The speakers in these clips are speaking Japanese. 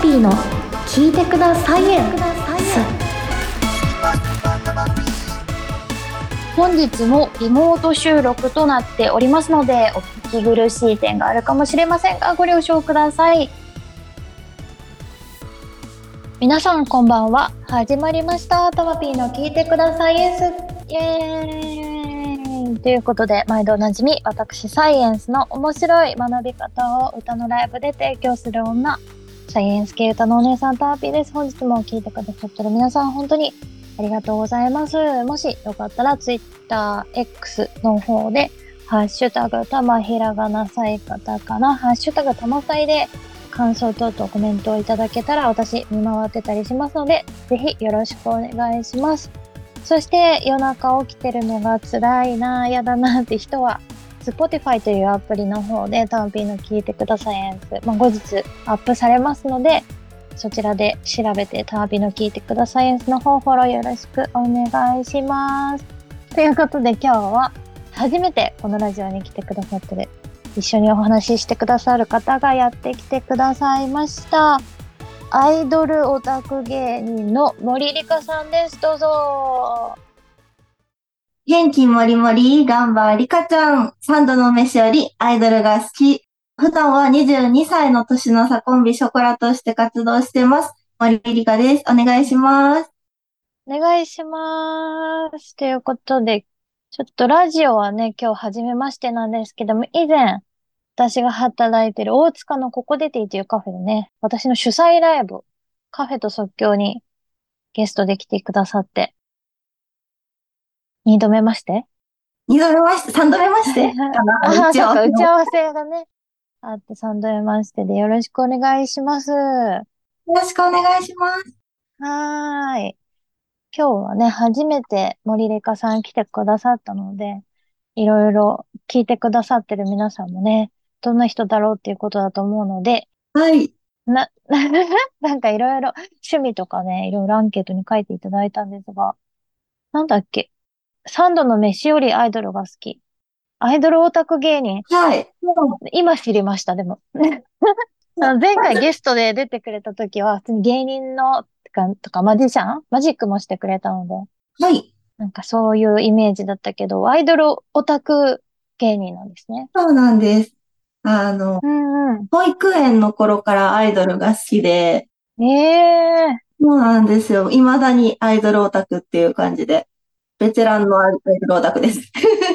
ピーの聞いてくださいエンス。本日もリモート収録となっておりますので、お聞き苦しい点があるかもしれませんがご了承ください。皆さんこんばんは。始まりましたタマピーの聞いてくださいエンス。イエーイということで、毎度おなじみ、私サイエンスの面白い学び方を歌のライブで提供する女、サイエンス系歌のお姉さんタマピーです。本日も聞いてくださってる皆さん本当にありがとうございます。もしよかったら Twitter、X の方でハッシュタグたまひらがなさいカタカナ、ハッシュタグたまさいで感想等々コメントをいただけたら私見回ってたりしますので、ぜひよろしくお願いします。そして夜中起きてるのが辛いな、やだなって人は Spotify というアプリの方でタマピーの聞いてくださいエンス、後日アップされますので、そちらで調べてタマピーの聞いてくださいエンスの方フォローよろしくお願いします。ということで今日は初めてこのラジオに来てくださってる、一緒にお話ししてくださる方がやってきてくださいました。アイドルオタク芸人の森里香さんです。どうぞ。 元気もりもり、ガンバーリカちゃん。三度の飯よりアイドルが好き。普段は22歳の年の差コンビショコラとして活動してます。森里香です。お願いします。 お願いします。ということで、ちょっとラジオはね、今日初めましてなんですけども、以前、私が働いてる大塚のココデティというカフェでね、私の主催ライブ、カフェと即興にゲストで来てくださって、二度目まして二度目まして、三度目ましてかなああ、そっか、 一応。よ打ち合わせがね、あって三度目ましてでよろしくお願いします。はろしくお願いします。 ーい。今日はね、初めて森里香さん来てくださったので、いろいろ聞いてくださってる皆さんもね、どんな人だろうっていうことだと思うので、 はい。 な、なんかいろいろ趣味とかね、いろいろアンケートに書いていただいたんですが、なんだっけ、三度の飯よりアイドルが好き。アイドルオタク芸人。 はい。も今知りました、でも。前回ゲストで出てくれた時は、普通に芸人のとかマジシャンマジックもしてくれたので、 はい。 なんかそういうイメージだったけど、アイドルオタク芸人なんですね。 そうなんです。 うんう保育園の頃からアイドルが好きで、 ん。ええそうなんですよ。未だにアイドルオタクっていう感じで、ベテランのアイドルオタクです。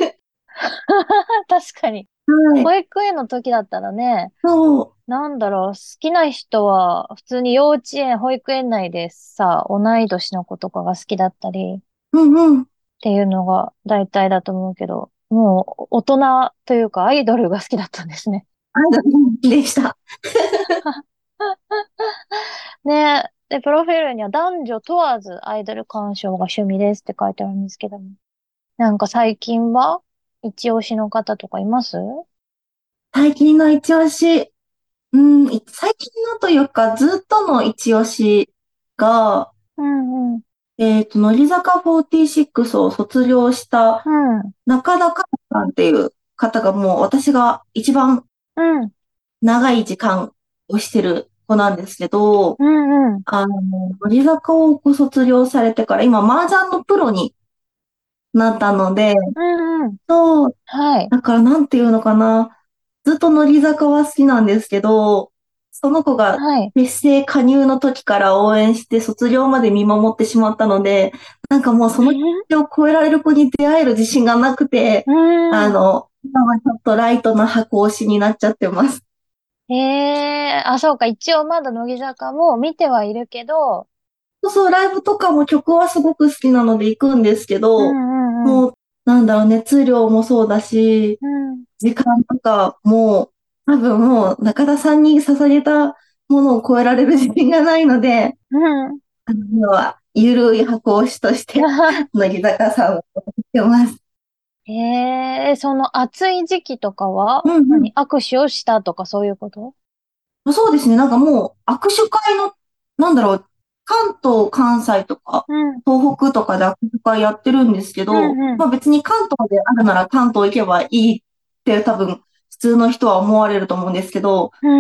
確かに。 はい。 保育園の時だったらね、 そう。 なんだろう、好きな人は普通に幼稚園、保育園内でさ、同い年の子とかが好きだったりっうんうん。 ていうのが大体だと思うけど、もう大人というかアイドルが好きだったんですね。 アイドルでした。 ね。で、プロフィールには男女問わずアイドル鑑賞が趣味ですって書いてあるんですけども。なんか最近は一押しの方とかいます？ 最近の一押し、最近のというか、ずっとの一押しが、 うんうん。 乃木坂46を卒業したうん。 中田香菜さんっていう方がもう私が一番うん。 長い時間をしてる子なんですけど、 うんうん。 乃木坂をご卒業されてから今麻雀のプロになったので、 うんうん。 そう、 はい。 だからなんていうのかな。ずっと乃木坂は好きなんですけど、その子がはい。 結成加入の時から応援して卒業まで見守ってしまったので、なんかもうその気を超えられる子に出会える自信がなくて、 うん。 今はちょっとライトな箱推しになっちゃってます。 ええー、あ、そうか。一応まだ乃木坂も見てはいるけど、 そうそう、ライブとかも曲はすごく好きなので行くんですけうど、 んうんうん。 もう、なんだろう、熱量もそうだし、 うん。 時間とかも、多分もう中田さんに捧げたものを超えられる自信がないので、 うん。 今はゆるい箱推しとして乃木坂さんを追ってます。 ええー、その暑い時期とかはうんうん。 握手をしたとかそういうこと？ そうですね。なんかもう握手会の、なんだろう、関東、関西とか、 うん。 東北とかで握手会やってるんですけど、 うんうん。 まあ別に関東であるなら関東行けばいいって多分普通の人は思われると思うんですけど、 うん。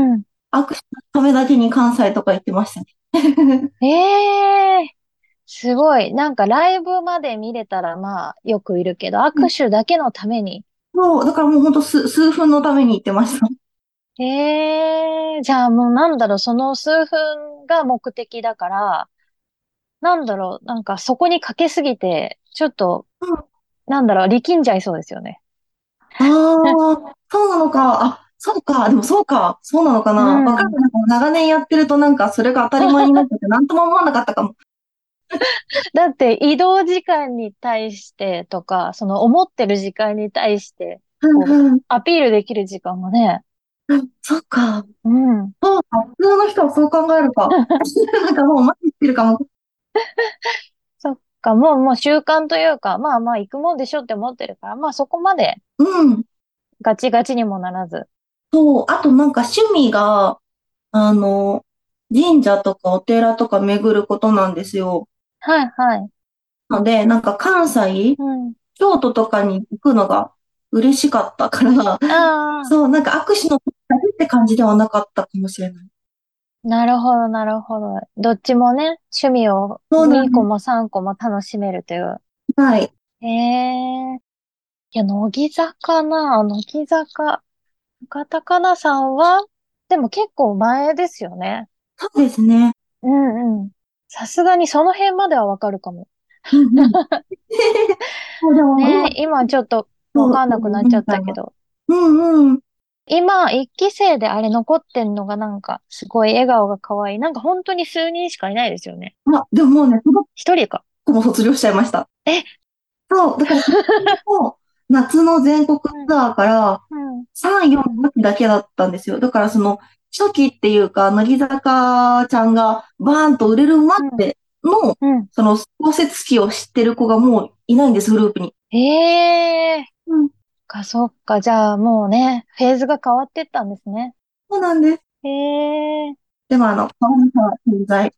握手のためだけに関西とか行ってましたね。 ええ、すごい。なんかライブまで見れたらまあよくいるけど、握手だけのために。 そう、だからもうほんと数分のために行ってました。 ええ、じゃあもうなんだろう、その数分が目的だから、なんだろう、なんかそこにかけすぎて、ちょっと、 うん、 なんだろう、力んじゃいそうですよね。 ああ、そうなのか。あ、そうか。でもそうか。そうなのかうな。わかんん。 ない。なんか長年やってるとなんかそれが当たり前になってて、なんとも思わなかったかも。 だって移動時間に対してとか、その思ってる時間に対して、 うんこう、 うん。 アピールできる時間がね、 うんそうか。 うん。 そうか。普通の人はそう考えるか。なんかもう待ってるかも。 そっか、もう習慣というか、まあまあ行くもんでしょって思ってるから、まあそこまでうん。 ガチガチにもならず。 そう。あとなんか趣味が、あの、神社とかお寺とか巡ることなんですよ。 はいはい。 ので、なんか関西、 うん。 京都とかに行くのが嬉しかったから、 ああ、 そう、なんか握手の旅って感じではなかったかもしれない。 なるほどなるほど。どっちもね、趣味を2 そうなんで個も3個も楽しめるという。 す。はい。 ええ、いや、乃木坂な、乃木坂。中田香奈さんは、でも結構前ですよね。 そうですね。 うんうん。さすがにその辺まではわかるかも。 うんうん。そう、でも今、 ねえ、今ちょっとわそう、 かんなくなっちゃ現在は。 ったけど。 うんうん。 今、一期生であれ残ってんのがなんか、すごい笑顔が可愛い。なんか本当に数人しかいないですよね。 でももうね、その一人か。 子も卒業しちゃいました。 え、 そう、だから今年も夏の全国うん、 ツアーからうん、 3、4、 うん、 5期だけだったんですよ。だからその初期っていうか、乃木坂ちゃんがバーンと売れるまうん、 での、 うん。 その創設期を知ってる子がもういないんです、グループに。 ええうん、 そっか。じゃあもうね、フェーズが変わってったんですね。 そうなんです。 ええでも可愛さは健在。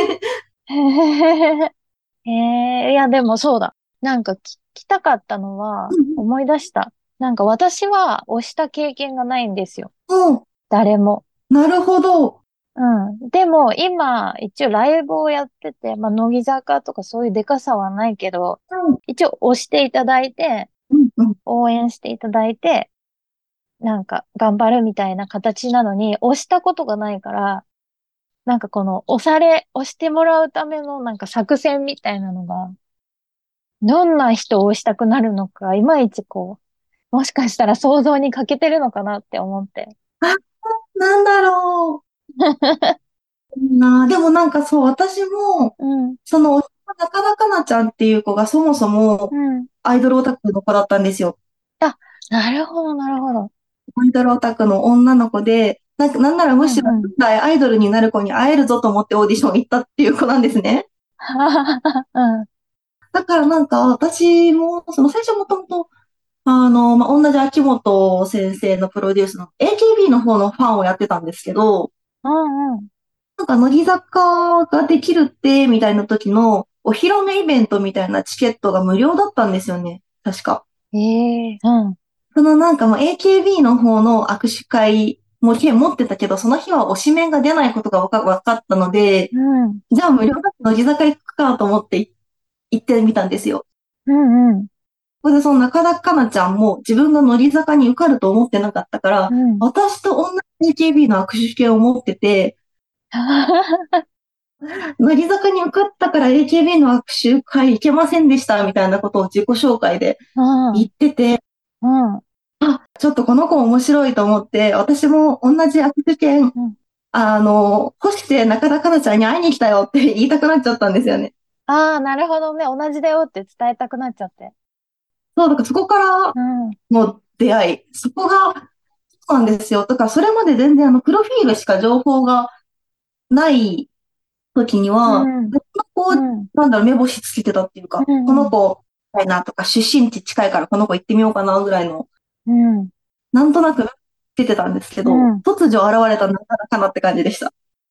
いや、でもそうだ。なんか聞きたかったのは、 うん思い出した。なんか私は推した経験がないんですよ。 うん、 誰も。 なるほど。 うん。でも今、一応ライブをやってて、まあ、乃木坂とかそういうデカさはないけど、 うん、 一応推していただいて、 うん、うん。 応援していただいて、なんか頑張るみたいな形なのに、推したことがないから、なんかこの押してもらうためのなんか作戦みたいなのが、どんな人を推したくなるのか、いまいちこう、もしかしたら想像に欠けてるのかなって思って。 あ、なんだろうな。でもなんかそう、私も、 うん、 その、中田かなちゃんっていう子がそもそもうん。 アイドルオタクの子だったんですよ。 あ、なるほど、なるほど。 アイドルオタクの女の子で、なんならむしろうん、うん。 将来アイドルになる子に会えるぞと思ってオーディション行ったっていう子なんですね。 うん、 だからなんか私も、その最初もともと、同じ秋元先生のプロデュースの AKB の方のファンをやってたんですけど、 うん、うん。 なんか乃木坂ができるって、みたいな時のお披露目イベントみたいなチケットが無料だったんですよね。確か。 ええうん、 そのなんかもう AKB の方の握手会も券持ってたけど、その日は推しメンが出ないことがわかったので、 うん、 じゃあ無料だって乃木坂行くかと思って行ってみたんですよ。 うん、うん、 それでその中田香菜ちゃんも自分が乃木坂に受かると思ってなかったから、 うん。 私と同じ AKB の握手券を持ってて、乃木坂に受かったから AKB の握手会行けませんでしたみたいなことを自己紹介でうん、 言ってて、 うん、 ちょっとこの子面白いと思って、私も同じ握手券、 うん。 欲して中田香菜ちゃんに会いに来たよって言いたくなっちゃったんですよね。 ああ、なるほどね。同じだよって伝えたくなっちゃって。 そう、だからそこからうん、うん、 の出会い、そこが、そうなんですよ。だからそれまで全然プロフィールしか情報がない時にうは、 ん、 この子、 うん、 なんだろう、目星つけてたっていうか、この子、みたいなとか、出身地近いからこの子行ってみようかなぐらいの、 うん、 なんとなく出てたんですけど、 うん。 突如現れたなかなかなって感じでした。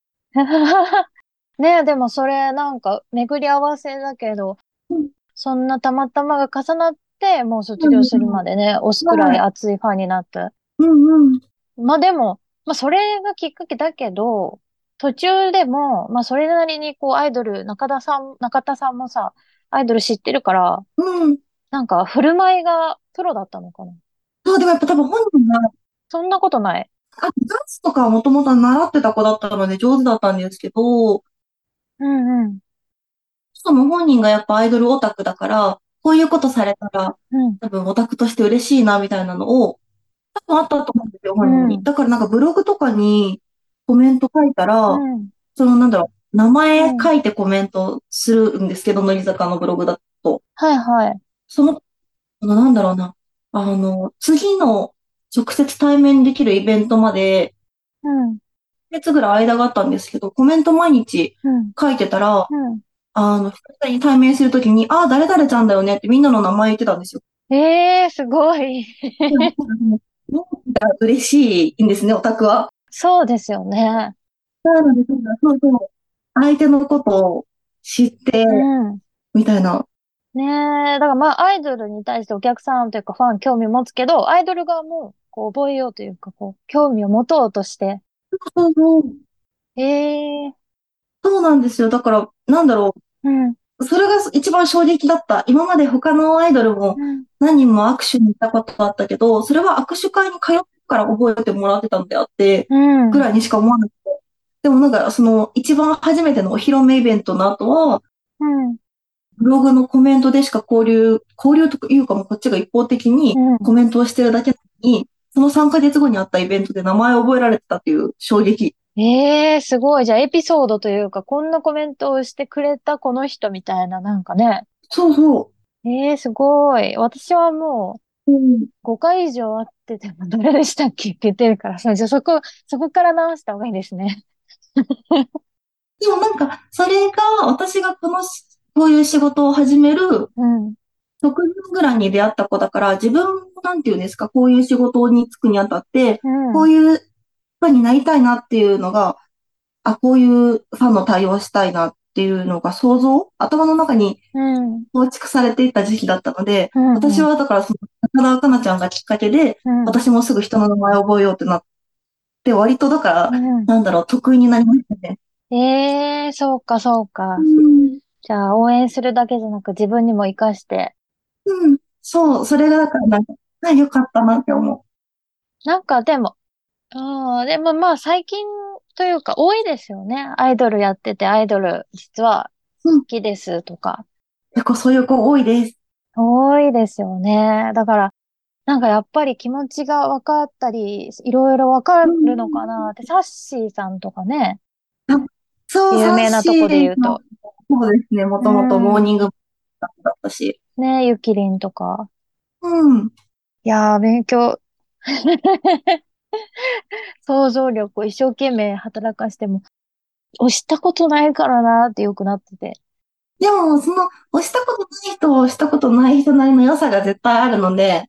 ねえ、でもそれなんか巡り合わせだけど、 うん、 そんなたまたまが重なって、もう卒うん、 業するまでね、押すくらいはい。 熱いファンになって。 うんうん。 まあでも、 まあ、それがきっかけだけど、途中でも、まあ、それなりにこう、アイドル、中田さんもさ、アイドル知ってるから、 うん。 なんか、振る舞いがプロだったのかな。 そう、でもやっぱ多分本人が、 そんなことない。 ダンスとかはもともと習ってた子だったので上手だったんですけど、 うんうん。 その本人がやっぱアイドルオタクだから、こういうことされたら、 うん。 多分オタクとして嬉しいな、みたいなのを、多分あったと思うんですよ、 う本人に。 ん。 だからなんかブログとかにコメント書いたら、 うん。 名前うん。 書いてコメントするんですけど、乃木坂のブログだと。 はいはい。 その、なんだろうな、次の直接対面できるイベントまで、 うん。 1ヶ月ぐらい間があったんですけど、コメント毎日うん。 書いてたら、 うん。 久々に対面するときに、ああ、誰々ちゃんだよねってみんなの名前言ってたんですよ。 ええー、すごい。 でも嬉しいんですね、オタクは。 そうですよね。 なので、そうそう、相手のことを知って、 うん。 みたいな。 ねえ、だからまあ、アイドルに対してお客さんというかファン興味持つけど、アイドル側も、こう、覚えようというか、こう、興味を持とうとして。 そうそう、 ええそうなんですよ。だから、なんだろうん、 う。それが一番衝撃だった。今まで他のアイドルもうん、 何人も握手に行ったことあったけど、それは握手会に通ってから覚えてもらってたんであって、 うん、 ぐらいにしか思わなくて。でもなんか、その一番初めてのお披露目イベントの後は、 うん、 ブログのコメントでしか交流というかもうこっちが一方的にうん。 コメントをしてるだけなのに、その3ヶ月後にあったイベントで名前を覚えられてたっていう衝撃。 ええすごい。じゃあ、エピソードというか、こんなコメントをしてくれたこの人みたいな、なんかね。 そうそええすごい。私はもう。うん。 う、5回以上会ってても、どれでしたっけって言ってるから、じゃあそこから直した方がいいですね。 でもなんか、それが私がこういう仕事を始めるうん、 直前ぐらいに出会った子だから、自分もなんていうんですか、こういう仕事に就くにあたって、 うん、 こういう人になりたいなっていうのが、こういうファンの対応をしたいなっていうのが頭の中にうん、 構築されていった時期だったので、 うん、 私うん、 はだからその、高田かなちゃんがきっかけで、 うん、 私もすぐ人の名前を覚えようってなって、割とだから、 うん。 得意になりましたね。 ええそうか、そううか。 ん。 じゃあ、応援するだけじゃなく自分にも活かして。 うん。そう、それがだからなんか、良かったなって思なんかでも、でもまあ最近というか多いですよね。アイドルやってて、アイドル実はう。うん。 好きですとか。 結構そういう子多いです。 多いですよね。だから、なんかやっぱり気持ちが分かったり、いろいろ分かうるのかなって、 ん。 サッシーさんとかね、 あ、そう、 有サッ名なとこでシーの、 言うと。 そうですね、もうともとモーん。 ニングだったし。 ね、ゆきりんとか。 うん。 いやー、勉強。想像力を一生懸命働かしても、押したことないからなーってよくなってて。 でも、押したことない人は押したことない人なりの良さが絶対あるので、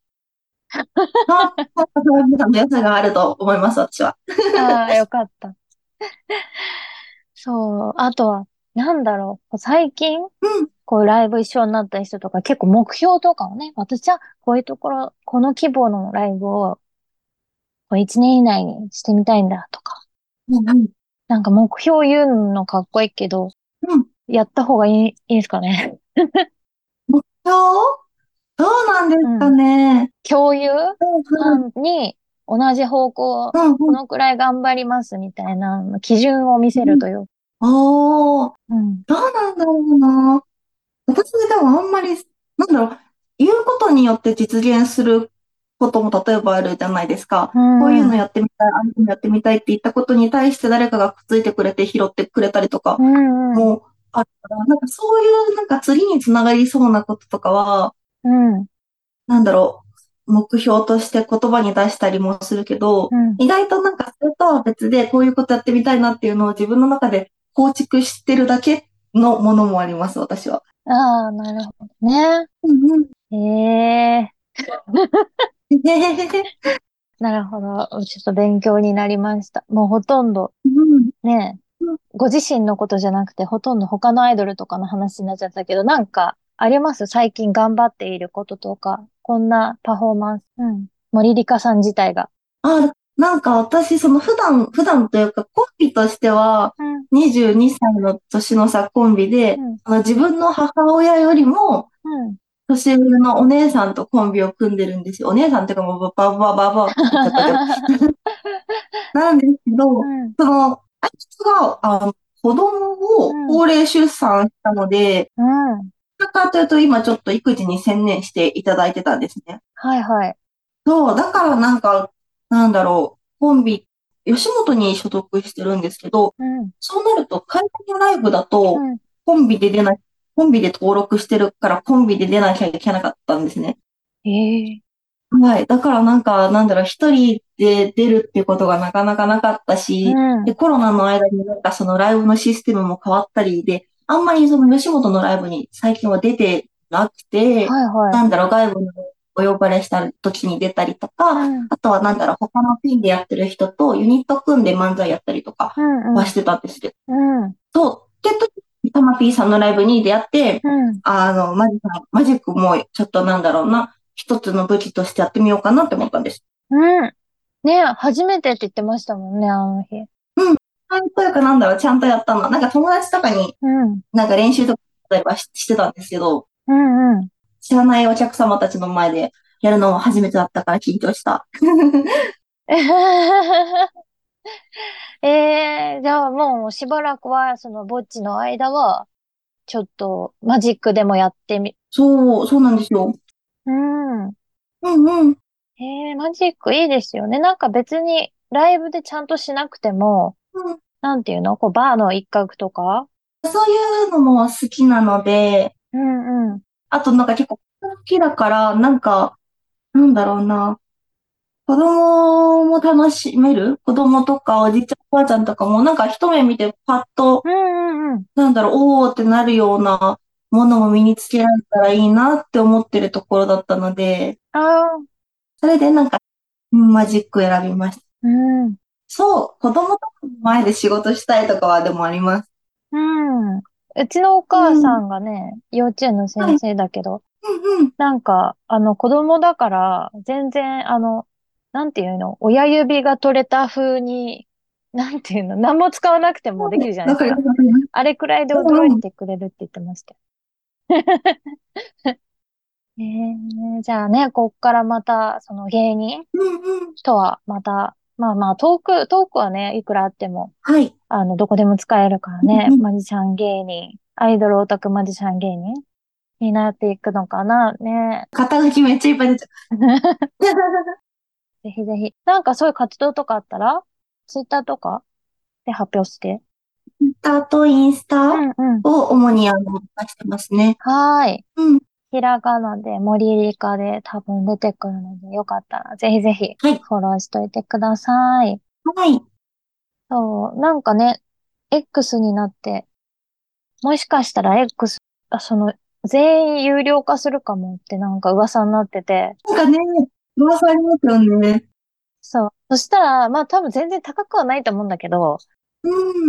そういうの良さがあると思います、私は。 ああ、よかった。そう。あとは、なんだろう。最近、 うん。 こういうライブ一緒になった人とか、結構目標とかをね、私はこういうところ、この規模のライブをこう1年以内にしてみたいんだとか。 うん。うん。 なんか目標言うのかっこいいけど、 うん。 やった方がいいですかね。 目標どうなんですかうん。 ね。 共有うん。 ファンに同じ方向、 うん。うん。 このくらい頑張りますみたいな基準を見せるうん。 という。 おー、 うん。 どうなんだろうな。私でもあんまり、なんだろう、言うことによって実現することも例えばあるじゃないですか。 うこういうのん。 やってみたい、ああいうのやってみたいって言ったことに対して誰かがくっついてくれて拾ってくれたりとかうんうん。 もあるから、なんかそういうなんか次につながりそうなこととかは、 うん。 なんだろ目標として言葉に出したりもするけど、 うん。 意外となんかそれとは別でこういうことやってみたいなっていうのを自分の中で構築してるだけのものもあります、私は。 ああ、なるほどね。 うんうん。 ええへへへへ。 なるほど。ちょっと勉強になりました。もうほとんどうんね、 うん。 ご自身のことじゃなくて、ほとんど他のアイドルとかの話になっちゃったけど、なんかあります最近頑張っていることとか、こんなパフォーマンス。うん。森リカさん自体が。 なんか私、その普段というかコンビとしては、 うん、 22歳の年の差コンビで、 うん、 自分の母親よりもうん。 年上のお姉さんとコンビを組んでるんですよ。お姉さんっていうかもうババって言っちゃったけど。なんですけど、 うん、 その、あいつが、子供うん、 を高齢出産したので、 うん。 どちらかというと今ちょっと育児に専念していただいてたんですね。 はいはい。 そう、だからなんか、なんだろう、コンビ、吉本に所属してるんですけど、 うん、 そうなると、海外のライブだと、 うん。 コンビで出ない、コンビで登録してるから、コンビで出なきゃいけなかったんですね。 ええ、 はい。だからなんか、なんだろう、一人で出るっていうことがなかなかなかったうし、で、 ん。 コロナの間になんかそのライブのシステムも変わったりで、あんまりその吉本のライブに最近は出てなくて、 はいはい。 なんだろう、外部にお呼ばれした時に出たりとか、 うん、 あとはなんだろう、他のピンでやってる人とユニット組んで漫才やったりとかうん、うん、 はしてたんですけど、 うん、 そう、で、時にタマピーさんのライブに出会って、 うん、 マジックもちょっとなんだろうな、一つの武器としてやってみようかなって思ったんです。 うん。ね、初めてって言ってましたもんね、あの日。 うん。というかなんだろう、ちゃんとやったの。なんか友達とかにうん、 なんか練習とか例えばしてたんですけど、 うん、うん。 知らないお客様たちの前でやるのも初めてだったから緊張した。 じゃあもうしばらくは、そのぼっちの間は、ちょっとマジックでもやってみ、 そうなんですよ。 うん。 うんうん。 マジックいいですよね。なんか別にライブでちゃんとしなくても、 うん、 なんていうのこうバーの一角とか。 そういうのも好きなので、 うんうん。 あとなんか結構好きだから、なんか、なんだろうな。子供も楽しめる子供とかおじいちゃんおばあちゃんとかもなんか一目見てパッと、 うんうんうん。 なんだろう、おーってなるようなものも身につけられたらいいなって思ってるところだったので、 ああ、 それでなんかマジック選びました。 うん。 そう、子供とかの前で仕事したいとかはでもあります。 うん。うちのおうん。 母さんがね、幼稚園の先はい。 生だけど、 うんうん。 なんか、子供だから、全然、なんていうの、親指が取れた風に、なんていうの、何も使わなくてもできるじゃないですか。 わかります、わかります。 あれくらいで驚うんうん。 いてくれるって言ってましたよ。じゃあね、こっからまた、その芸人うんうん。 とはまた、まあまあ、トークはね、いくらあっても、 はい。 どこでも使えるからね、 うんうん。 マジシャン芸人、アイドルオタクマジシャン芸人になっていくのかな、ね。 肩書きめっちゃいっぱい出ちゃう。 ぜひぜひ。なんかそういう活動とかあったら、ツイッターとかで発表して。 ツイッターとインスタうんうん。 を主に出してますね。 はーい。 うん。 ひらがなで森理科で多分出てくるので、よかったらぜひぜひはい。 フォローしといてください。 はい。 そう、なんかね、X になって、もしかしたら X、全員有料化するかもってなんか噂になってて、 なんかね、噂ありますよね。 そう。そしたら、まあ多分全然高くはないと思うんだけど、 うん。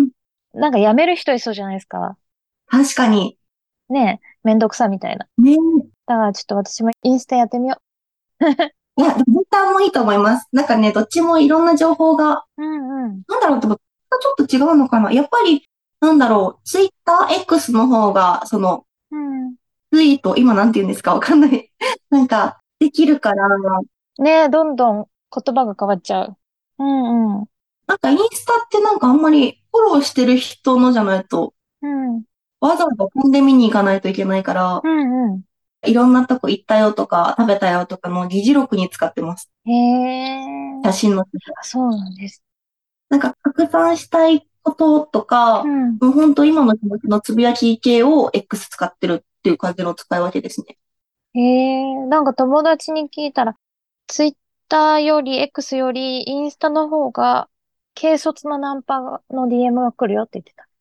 なんか辞める人いそうじゃないですか。 確かに。 ねえ、めんどくさみたいな。 ね。 だからちょっと私もインスタやってみよいや、ツイッターもいいと思います。なんかね、どっちもいろんな情報が、 う。うんうん。 なんだろうって、ちょっと違うのかな。やっぱり、なんだろう、ツイッター X の方が、その、 うん。 ツイート、今なんて言うんですかわかんない。なんか、できるから、 ねえ、どんどん言葉が変わっちゃう。うんうん。 なんかインスタってなんかあんまりフォローしてる人のじゃないと、 うん。 わざわざ飛んで見に行かないといけないから、 うんういろんなとこ行ったよとか、食べたよとかの議事録に使ってます。 ん。へえ。 写真の。 あ、そうなんです。 なんか拡散したいこととか、 うん。 もう本当今の気持ちのつぶやき系を X 使ってるっていう感じの使い分けですね。 へえ。なんか友達に聞いたら、ツイッターより X よりインスタの方が、軽率なナンパの DM が来るよって言ってた。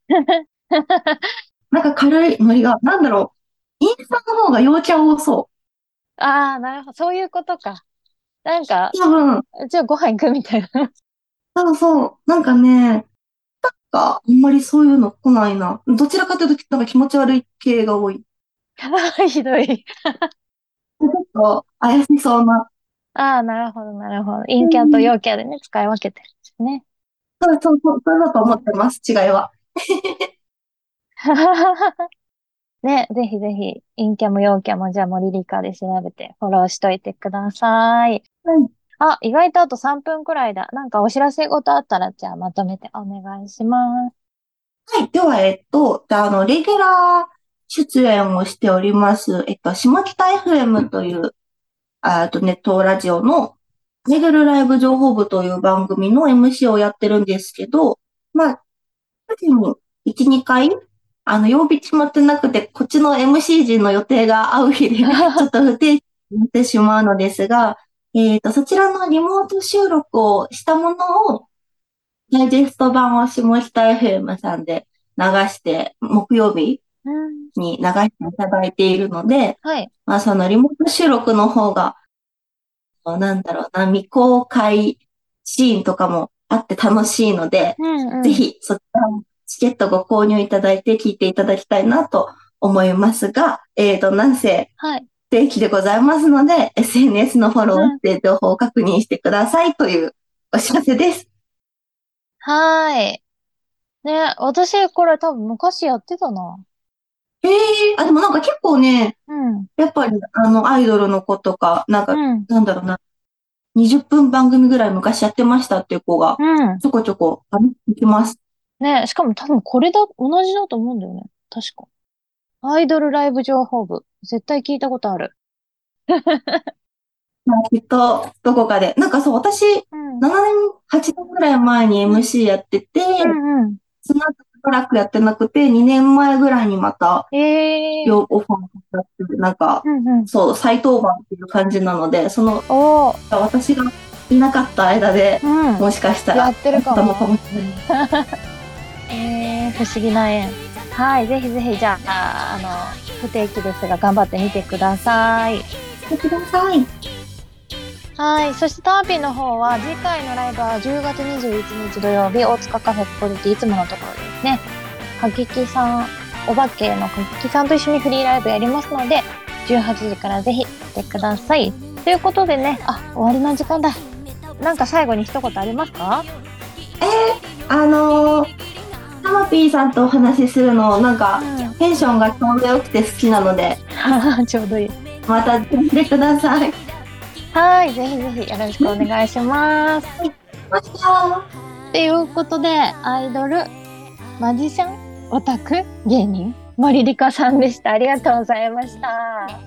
なんか軽いノリが、なんだろう。インスタの方が陽キャ多そああ、なるほど。そういうことか。なんか、 う。多分、 じゃあご飯行くみたいな。 そうそう。なんかね、あんまりそういうの来ないな。どちらかというと、なんか気持ち悪い系が多い。 ひどい。 ちょっと怪しそうな。 ああ、なるほど、なるほど。陰キャとうん、 陽キャでね、使い分けてるんですね。 そうだと思ってます、違いは。 ね、ぜひぜひ、陰キャも陽キャも、じゃあ森リカで調べてフォローしといてください。 はい。 あ、意外とあと3分くらいだ。なんかお知らせ事あったら、じゃあまとめてお願いします。 はい。では、じゃあ、レギュラー出演をしております、下北 FM という、ネットラジオの、アイドルライブ情報部という番組の MC をやってるんですけど、まあ、月に1、2回、曜日決まってなくて、こっちの MC 陣の予定が合う日で、ちょっと不定期になってしまうのですが、そちらのリモート収録をしたものを、ダイジェスト版を下北 FM さんで流して、木曜日うん。 に流していただいているので、 はい。 まあ、そのリモート収録の方が、なんだろうな、未公開シーンとかもあって楽しいので、 うんうん。 ぜひそちらもチケットご購入いただいて聞いていただきたいなと思いますが、なんせはい。 定期でございますので、SNS のフォローをうん。 して情報を確認してくださいというお知らせです。 はーい。ね、私これ多分昔やってたな。 えでもなんか結構ね、 うん。 やっぱりアイドルの子とか、なんか、 うん。 なんだろうな、20分番組ぐらい昔やってましたっていう子が、 うん。 ちょこちょこ、いきます。 ね、しかも多分これだ、同じだと思うんだよね。確か。アイドルライブ情報部。絶対聞いたことある。 まあきっと、どこかで。なんかそう、私、 うん。 7年、8年ぐらい前にうん。 MC やってて、 うんうん。 その後しばらくやってなくて、2年前ぐらいにまた、 ええオファーがかかって、なんか、 うんうん。 そう、再登板っていう感じなので、 おー。 私がいなかった間で、 うん。 もしかしたら、 やってるかたのかも。 もしれない。 不思議な縁。はい。ぜひぜひ、じゃあ、不定期ですが、頑張ってみてください。 してください。 はい。そしてターピーの方は、次回のライブは10月21日土曜日、大塚カフェポリティいつものところですね。過激さん、お化けの過激さんと一緒にフリーライブやりますので、18時からぜひ来てください。ということでね、あ、終わりの時間だ。なんか最後に一言ありますか？ あのー、タマピーさんとお話しするの、なんか、 うテンションがちょうど良くて好きなので、 ん。ちょうどいい。 また来てください。 はい。ぜひぜひよろしくお願いします。 ました。 ということで、アイドル、マジシャン、オタク、芸人、森リカさんでした。ありがとうございました。